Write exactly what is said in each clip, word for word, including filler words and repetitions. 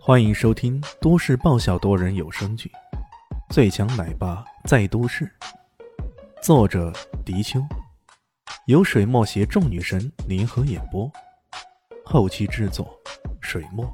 欢迎收听都市爆笑多人有声剧《最强奶爸在都市》，作者：迪秋，由水墨携众女神联合演播，后期制作：水墨。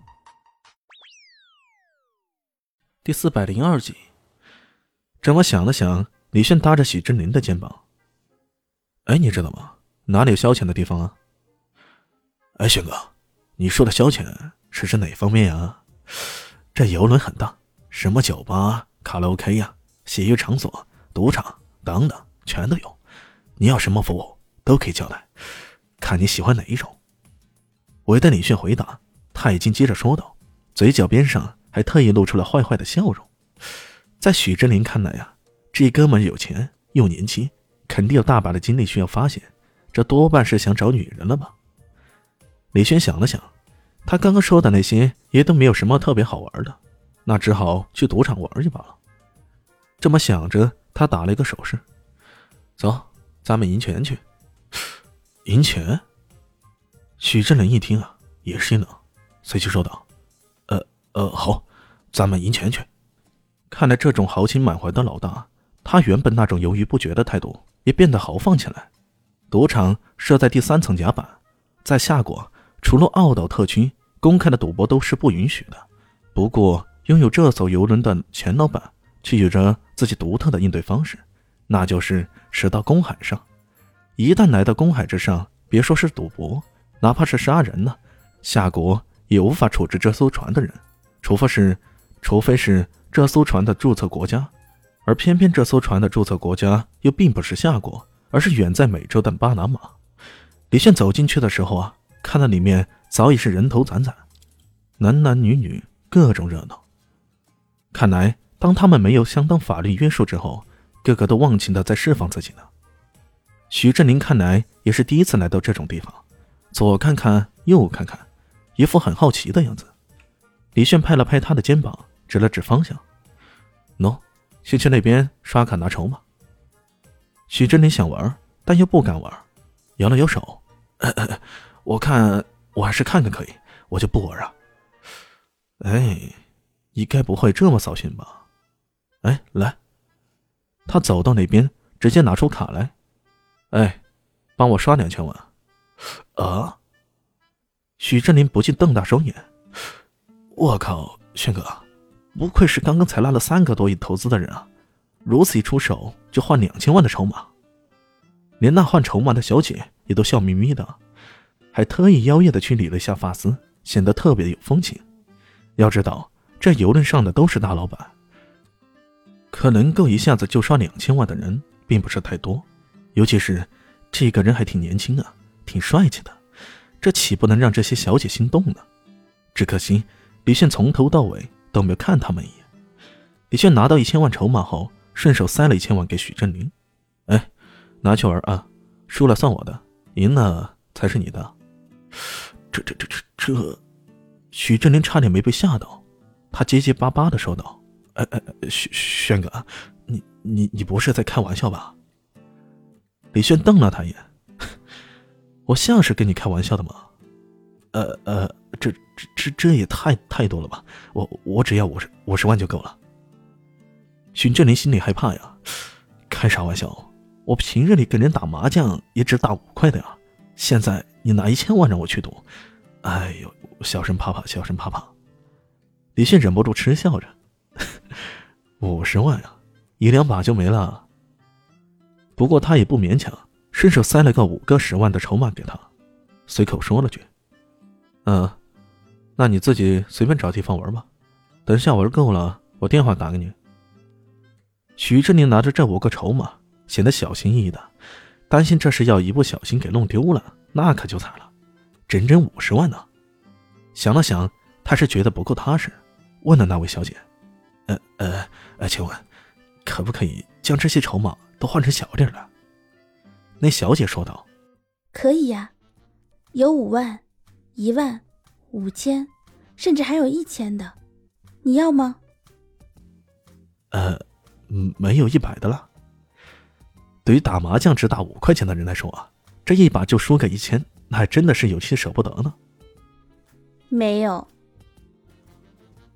第四百零二集，郑我想了想，李炫搭着许志林的肩膀：“哎，你知道吗？哪里有消遣的地方啊？”“哎，轩哥，你说的消遣是指哪方面啊？这游轮很大，什么酒吧、卡拉 OK 呀、洗浴场所、赌场等等，全都有。你要什么服务都可以交代，看你喜欢哪一种。”我对李炫回答，他已经接着说道，嘴角边上还特意露出了坏坏的笑容。在许志林看来啊，这哥们有钱又年轻，肯定有大把的精力需要发泄，这多半是想找女人了吧。李轩想了想，他刚刚说的那些也都没有什么特别好玩的，那只好去赌场玩一把了。这么想着，他打了一个手势：“走，咱们赢钱去。”“赢钱？”许志林一听啊，也是一愣，随即说道：“呃呃，好，咱们赢钱去。”看来这种豪情满怀的老大，他原本那种犹豫不决的态度也变得豪放起来。赌场设在第三层甲板，在夏国除了澳岛特区，公开的赌博都是不允许的。不过拥有这艘游轮的钱老板却有着自己独特的应对方式，那就是驶到公海上。一旦来到公海之上，别说是赌博，哪怕是杀人呢，夏国也无法处置这艘船的人，除非是除非是这艘船的注册国家。而偏偏这艘船的注册国家又并不是夏国，而是远在美洲的巴拿马。李炫走进去的时候啊，看到里面早已是人头攒攒，男男女女各种热闹。看来当他们没有相当法律约束之后，个个都忘情的在释放自己呢。许志林看来也是第一次来到这种地方，左看看右看看，一副很好奇的样子。李炫拍了拍他的肩膀，指了指方向：“喏，先去那边刷卡拿筹码。”许志林想玩，但又不敢玩，摇了摇手：“呃呃我看我还是看看可以，我就不玩啊。”“哎，你该不会这么扫兴吧？”“哎，来。”他走到那边，直接拿出卡来。“哎，帮我刷两千万。”“啊？”许志林不禁瞪大双眼。“我靠，轩哥，不愧是刚刚才拉了三个多亿投资的人啊，如此一出手就换两千万的筹码。”连那换筹码的小姐也都笑眯眯的，还特意妖艳的去理了一下发丝，显得特别有风情。要知道这游轮上的都是大老板，可能够一下子就刷两千万的人并不是太多，尤其是这个人还挺年轻啊，挺帅气的，这岂不能让这些小姐心动呢？只可惜李炫从头到尾都没有看他们一眼。李炫拿到一千万筹码后，顺手塞了一千万给许振林：“哎，拿去玩啊，输了算我的，赢了才是你的。”这这这这这，许振林差点没被吓到，他结结巴巴的说道：“哎哎，轩轩哥，你你你不是在开玩笑吧？”李炫瞪了他一眼：“我像是跟你开玩笑的吗？呃呃，这这这这也太太多了吧？我我只要五十五十万就够了。”许振林心里害怕呀，开啥玩笑？我平日里跟人打麻将也只打五块的呀，现在你拿一千万让我去赌，哎呦，小声怕怕，小声怕怕。李迅忍不住嗤笑着：“五十万啊，一两把就没了。”不过他也不勉强，顺手塞了个五个十万的筹码给他，随口说了句：“嗯，那你自己随便找地方玩吧，等下玩够了，我电话打给你。”许志林拿着这五个筹码，显得小心翼翼的，担心这是要一不小心给弄丢了，那可就惨了，整整五十万呢。想了想，他是觉得不够踏实，问了那位小姐：“呃呃呃，请问，可不可以将这些筹码都换成小点的？”那小姐说道：“ 可以呀，有五万、一万、五千，甚至还有一千的，你要吗？”“ 呃。”没有一百的了。对于打麻将只打五块钱的人来说啊，这一把就输个一千，那还真的是有些舍不得呢。 没有。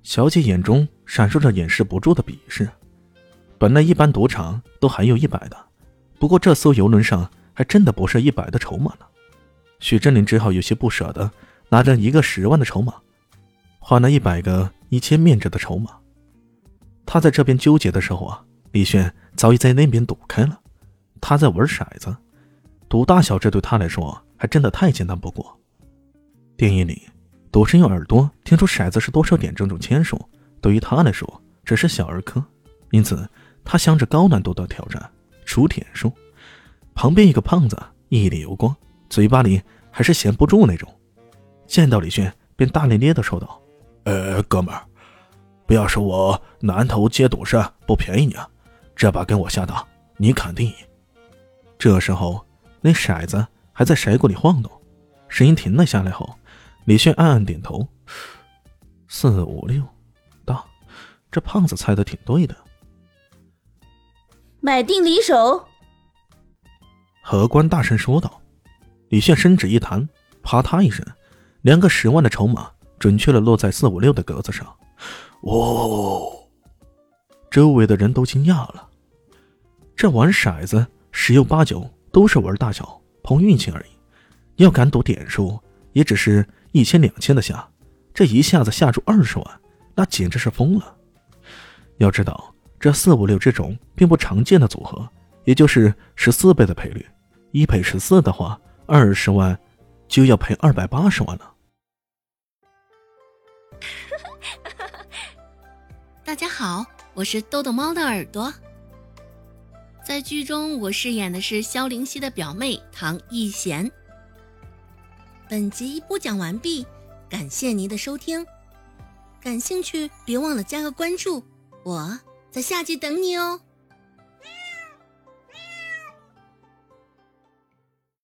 小姐眼中闪烁着掩饰不住的鄙视。本来一般赌场都还有一百的，不过这艘游轮上还真的不是一百的筹码呢。许振林只好有些不舍得拿着一个十万的筹码，换了一百个一千面值的筹码。他在这边纠结的时候啊，李炫早已在那边赌开了。他在玩骰子，赌大小这对他来说还真的太简单不过。电影里赌神用耳朵听出骰子是多少点这种签数，对于他来说只是小儿科，因此他想着高难度的挑战，出点数。旁边一个胖子一脸油光，嘴巴里还是闲不住那种，见到李炫便大咧咧地说道：呃，哥们儿，不要说我南头接赌神不便宜你啊，这把跟我下大，你肯定赢。这时候那骰子还在骰锅里晃动，声音停了下来后，李炫暗暗点头，四五六大，这胖子猜的挺对的。 买定离手。 荷官大声说道。李炫伸指一弹，啪嗒一声，两个十万的筹码准确地落在四五六的格子上。哦，周围的人都惊讶了。这玩骰子十有八九都是玩大小碰运气而已，要敢赌点数也只是一千两千的下，这一下子下注二十万，那简直是疯了。要知道这四五六这种并不常见的组合，也就是十四倍的赔率，一赔十四的话，二十万就要赔二百八十万了。 大家好，我是豆豆猫的耳朵。在剧中我饰演的是萧灵溪的表妹唐艺贤。本集播讲完毕，感谢您的收听。感兴趣别忘了加个关注，我在下集等你哦。